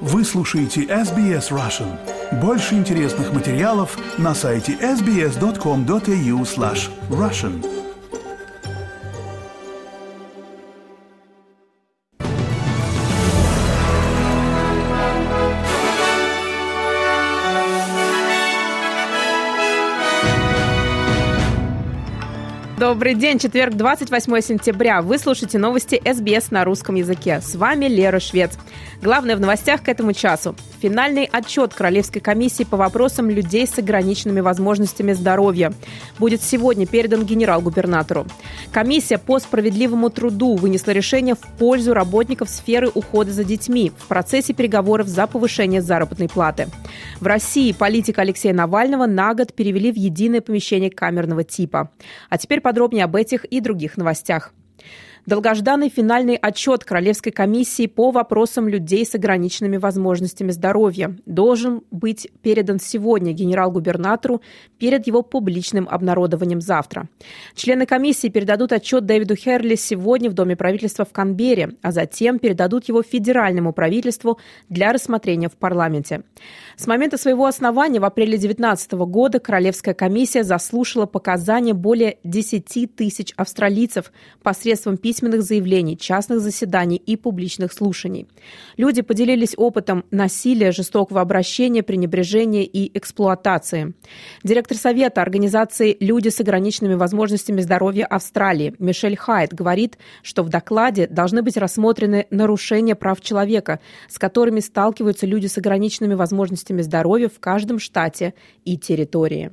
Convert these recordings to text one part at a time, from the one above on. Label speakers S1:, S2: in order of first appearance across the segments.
S1: Вы слушаете SBS Russian. Больше интересных материалов на сайте sbs.com.au/russian.
S2: Добрый день, четверг, 28 сентября. Вы слушаете новости СБС на русском языке. С вами Лера Швец. Главное в новостях к этому часу. Финальный отчет Королевской комиссии по вопросам людей с ограниченными возможностями здоровья будет сегодня передан генерал-губернатору. Комиссия по справедливому труду вынесла решение в пользу работников сферы ухода за детьми в процессе переговоров за повышение заработной платы. В России политика Алексея Навального на год перевели в единое помещение камерного типа. А теперь подробнее об этих и других новостях. Долгожданный финальный отчет Королевской комиссии по вопросам людей с ограниченными возможностями здоровья должен быть передан сегодня генерал-губернатору перед его публичным обнародованием завтра. Члены комиссии передадут отчет Дэвиду Херли сегодня в Доме правительства в Канберре, а затем передадут его федеральному правительству для рассмотрения в парламенте. С момента своего основания в апреле 2019 года Королевская комиссия заслушала показания более 10 тысяч австралийцев посредством письменных заявлений, частных заседаний и публичных слушаний. Люди поделились опытом насилия, жестокого обращения, пренебрежения и эксплуатации. Директор совета организации «Люди с ограниченными возможностями здоровья Австралии» Мишель Хайт говорит, что в докладе должны быть рассмотрены нарушения прав человека, с которыми сталкиваются люди с ограниченными возможностями здоровья в каждом штате и территории.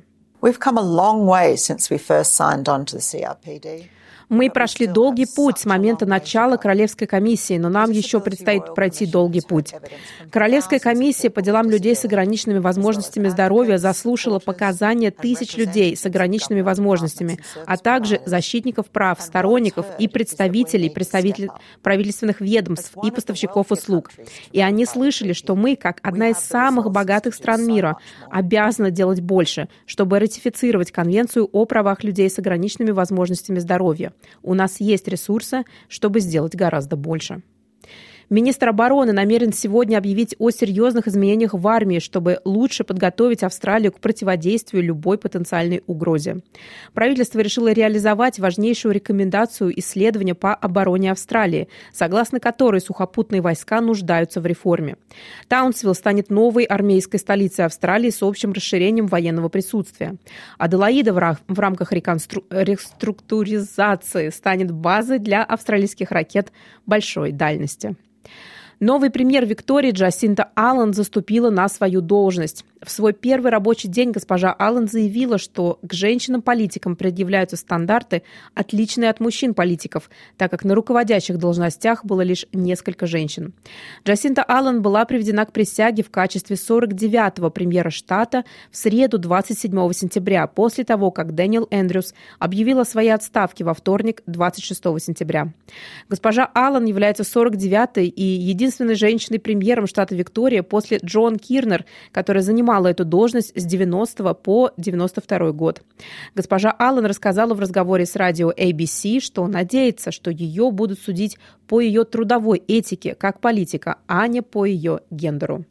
S2: Мы прошли долгий путь с момента начала Королевской комиссии, но нам еще предстоит пройти долгий путь. Королевская комиссия по делам людей с ограниченными возможностями здоровья заслушала показания тысяч людей с ограниченными возможностями, а также защитников прав, сторонников и представителей правительственных ведомств и поставщиков услуг. И они слышали, что мы, как одна из самых богатых стран мира, обязаны делать больше, чтобы ратифицировать Конвенцию о правах людей с ограниченными возможностями здоровья. У нас есть ресурсы, чтобы сделать гораздо больше. Министр обороны намерен сегодня объявить о серьезных изменениях в армии, чтобы лучше подготовить Австралию к противодействию любой потенциальной угрозе. Правительство решило реализовать важнейшую рекомендацию исследования по обороне Австралии, согласно которой сухопутные войска нуждаются в реформе. Таунсвилл станет новой армейской столицей Австралии с общим расширением военного присутствия. Аделаида в рамках реструктуризации станет базой для австралийских ракет большой дальности. Новый премьер Виктории Джасинда Аллен заступила на свою должность. В свой первый рабочий день госпожа Аллен заявила, что к женщинам-политикам предъявляются стандарты, отличные от мужчин-политиков, так как на руководящих должностях было лишь несколько женщин. Джасинда Аллен была приведена к присяге в качестве 49-го премьера штата в среду 27 сентября, после того, как Дэниел Эндрюс объявил о своей отставке во вторник 26 сентября. Госпожа Аллен является 49-й и единственной женщиной-премьером штата Виктория после Джон Кирнер, которая занимала эту должность с 90 по 92 год. Госпожа Аллен рассказала в разговоре с радио ABC, что надеется, что ее будут судить по ее трудовой этике как политика, а не по ее гендеру.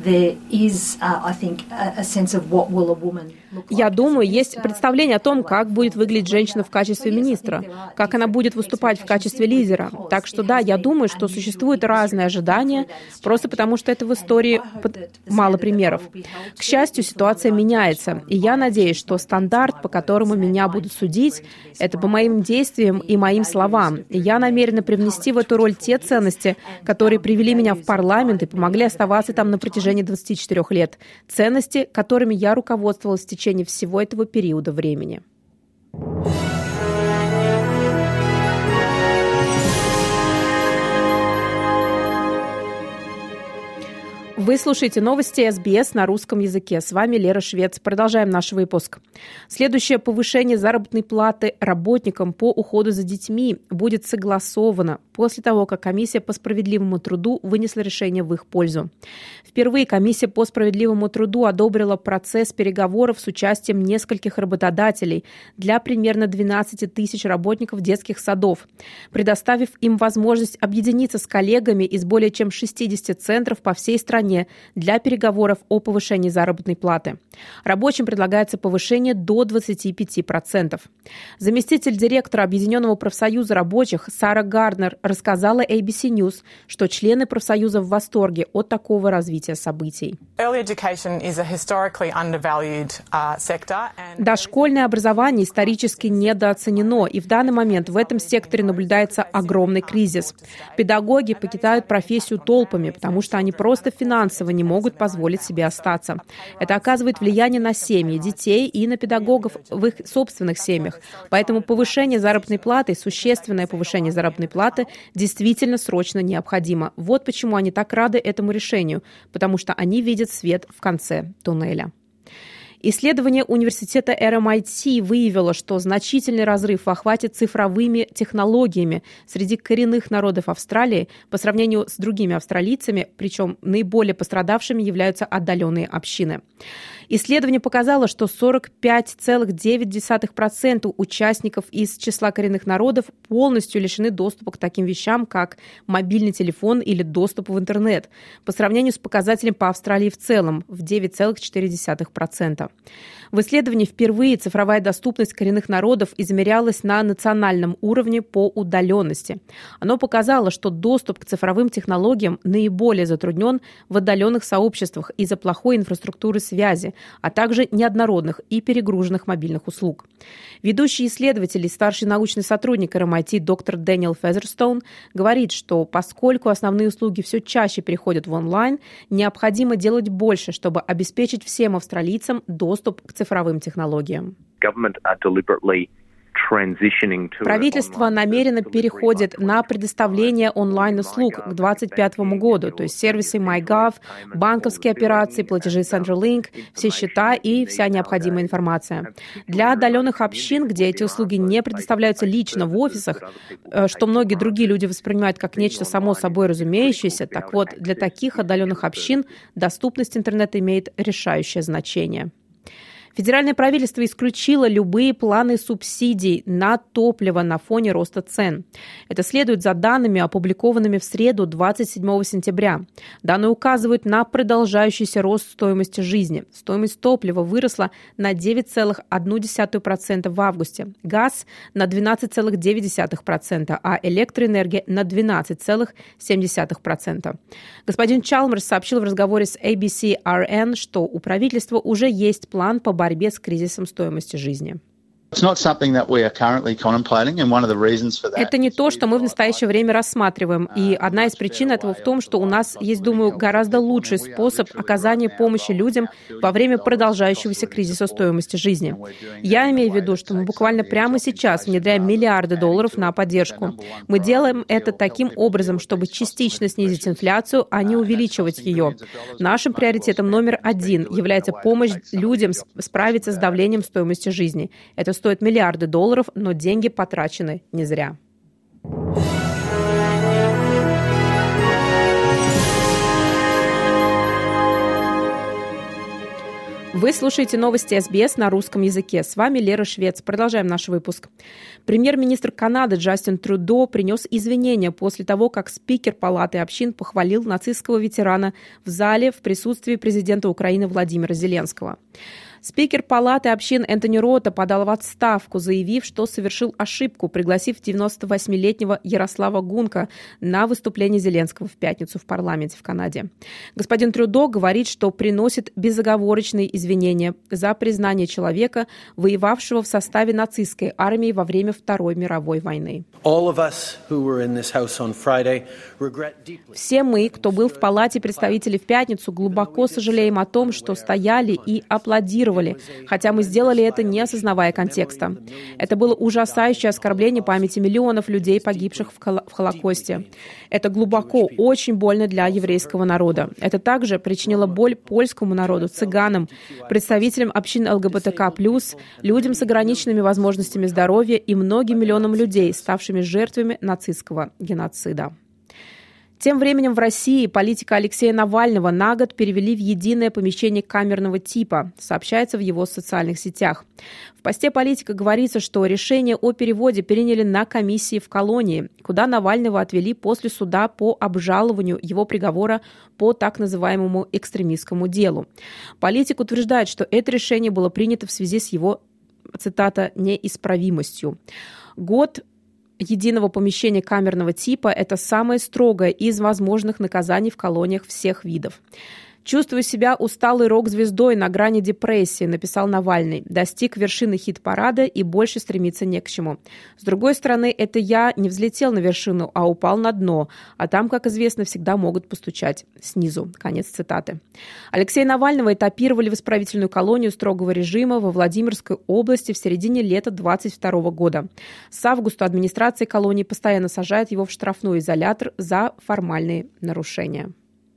S2: Я думаю, есть представление о том, как будет выглядеть женщина в качестве министра, как она будет выступать в качестве лидера. Так что да, я думаю, что существуют разные ожидания, просто потому что это в истории мало примеров. К счастью, ситуация меняется, и я надеюсь, что стандарт, по которому меня будут судить, это по моим действиям и моим словам. И я намерена привнести в эту роль те ценности, которые привели меня в парламент и помогли оставаться там на протяжении 24 лет. Ценности, которыми я руководствовалась в течение всего этого периода времени. В Вы слушаете новости СБС на русском языке. С вами Лера Швец. Продолжаем наш выпуск. Следующее повышение заработной платы работникам по уходу за детьми будет согласовано после того, как комиссия по справедливому труду вынесла решение в их пользу. Впервые комиссия по справедливому труду одобрила процесс переговоров с участием нескольких работодателей для примерно 12 тысяч работников детских садов, предоставив им возможность объединиться с коллегами из более чем 60 центров по всей стране для переговоров о повышении заработной платы. Рабочим предлагается повышение до 25%. Заместитель директора Объединенного профсоюза рабочих Сара Гарднер рассказала ABC News, что члены профсоюза в восторге от такого развития событий. Дошкольное образование исторически недооценено, и в данный момент в этом секторе наблюдается огромный кризис. Педагоги покидают профессию толпами, потому что они просто финансово не могут позволить себе остаться. Это оказывает влияние на семьи, детей и на педагогов в их собственных семьях. Поэтому повышение заработной платы, существенное повышение заработной платы действительно срочно необходимо. Вот почему они так рады этому решению, потому что они видят свет в конце туннеля. Исследование университета RMIT выявило, что значительный разрыв в охвате цифровыми технологиями среди коренных народов Австралии по сравнению с другими австралийцами, причем наиболее пострадавшими являются отдаленные общины. Исследование показало, что 45,9% участников из числа коренных народов полностью лишены доступа к таким вещам, как мобильный телефон или доступ в интернет, по сравнению с показателем по Австралии в целом в 9,4%. В исследовании впервые цифровая доступность коренных народов измерялась на национальном уровне по удаленности. Оно показало, что доступ к цифровым технологиям наиболее затруднен в отдаленных сообществах из-за плохой инфраструктуры связи, а также неоднородных и перегруженных мобильных услуг. Ведущий исследователь и старший научный сотрудник RMIT доктор Дэниел Фезерстоун говорит, что поскольку основные услуги все чаще переходят в онлайн, необходимо делать больше, чтобы обеспечить всем австралийцам доступ к цифровым технологиям. Правительство намеренно переходит на предоставление онлайн-услуг к 2025 году, то есть сервисы MyGov, банковские операции, платежи Centrelink, все счета и вся необходимая информация. Для отдаленных общин, где эти услуги не предоставляются лично в офисах, что многие другие люди воспринимают как нечто само собой разумеющееся, так вот, для таких отдаленных общин доступность интернета имеет решающее значение. Федеральное правительство исключило любые планы субсидий на топливо на фоне роста цен. Это следует за данными, опубликованными в среду 27 сентября. Данные указывают на продолжающийся рост стоимости жизни. Стоимость топлива выросла на 9,1% в августе, газ на 12,9%, а электроэнергия на 12,7%. Господин Чалмерс сообщил в разговоре с ABC-RN, что у правительства уже есть план по борьбе с кризисом стоимости жизни. Это не то, что мы в настоящее время рассматриваем. И одна из причин этого в том, что у нас есть, думаю, гораздо лучший способ оказания помощи людям во время продолжающегося кризиса стоимости жизни. Я имею в виду, что мы буквально прямо сейчас внедряем миллиарды долларов на поддержку. Мы делаем это таким образом, чтобы частично снизить инфляцию, а не увеличивать ее. Нашим приоритетом номер один является помощь людям справиться с давлением стоимости жизни. Это стоит миллиарды долларов, но деньги потрачены не зря. Вы слушаете новости СБС на русском языке. С вами Лера Швец. Продолжаем наш выпуск. Премьер-министр Канады Джастин Трюдо принес извинения после того, как спикер Палаты общин похвалил нацистского ветерана в зале в присутствии президента Украины Владимира Зеленского. Спикер Палаты общин Энтони Рота подал в отставку, заявив, что совершил ошибку, пригласив 98-летнего Ярослава Гунка на выступление Зеленского в пятницу в парламенте в Канаде. Господин Трюдо говорит, что приносит безоговорочные извинения за признание человека, воевавшего в составе нацистской армии во время Второй мировой войны. Все мы, кто был в Палате представителей в пятницу, глубоко сожалеем о том, что стояли и аплодировали реагировали, хотя мы сделали это, не осознавая контекста. Это было ужасающее оскорбление памяти миллионов людей, погибших в Холокосте. Это глубоко, очень больно для еврейского народа. Это также причинило боль польскому народу, цыганам, представителям общин ЛГБТК+, людям с ограниченными возможностями здоровья и многим миллионам людей, ставшими жертвами нацистского геноцида. Тем временем в России политика Алексея Навального на год перевели в единое помещение камерного типа, сообщается в его социальных сетях. В посте политика говорится, что решение о переводе приняли на комиссии в колонии, куда Навального отвели после суда по обжалованию его приговора по так называемому экстремистскому делу. Политик утверждает, что это решение было принято в связи с его, цитата, «неисправимостью». Год единого помещения камерного типа – это самое строгое из возможных наказаний в колониях всех видов. «Чувствую себя усталой рок-звездой на грани депрессии», написал Навальный. «Достиг вершины хит-парада и больше стремиться не к чему. С другой стороны, это я не взлетел на вершину, а упал на дно. А там, как известно, всегда могут постучать снизу». Конец цитаты. Алексея Навального этапировали в исправительную колонию строгого режима во Владимирской области в середине лета 2022 года. С августа администрация колонии постоянно сажает его в штрафной изолятор за формальные нарушения.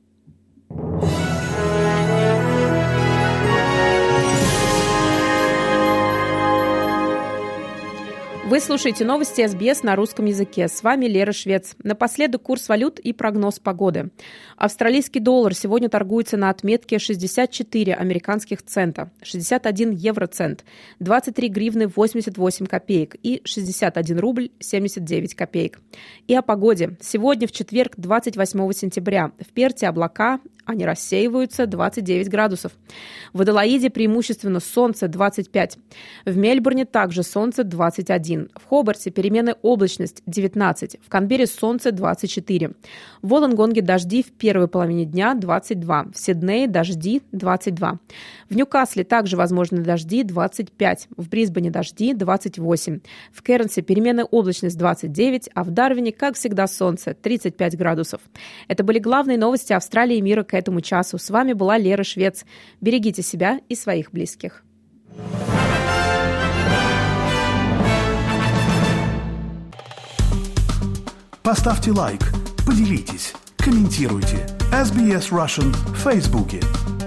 S2: Вы слушаете новости СБС на русском языке. С вами Лера Швец. Напоследок курс валют и прогноз погоды. Австралийский доллар сегодня торгуется на отметке 64 американских цента, 61 евроцент, 23 гривны 88 копеек и 61 рубль 79 копеек. И о погоде. Сегодня, в четверг, 28 сентября, в Перте облака, они рассеиваются, 29 градусов. В Аделаиде преимущественно солнце, 25. В Мельбурне также солнце, 21. В Хобарте переменная облачность, 19. В Канберре солнце, 24. В Волонгонге дожди в первой половине дня, 22. В Сиднее дожди, 22. В Ньюкасле также возможны дожди, 25. В Брисбене дожди, 28. В Кернсе переменная облачность, 29. А в Дарвине, как всегда, солнце, 35 градусов. Это были главные новости Австралии и мира к этому часу. С вами была Лера Швец. Берегите себя и своих близких.
S1: Поставьте лайк, поделитесь, комментируйте. SBS Russian в Фейсбуке.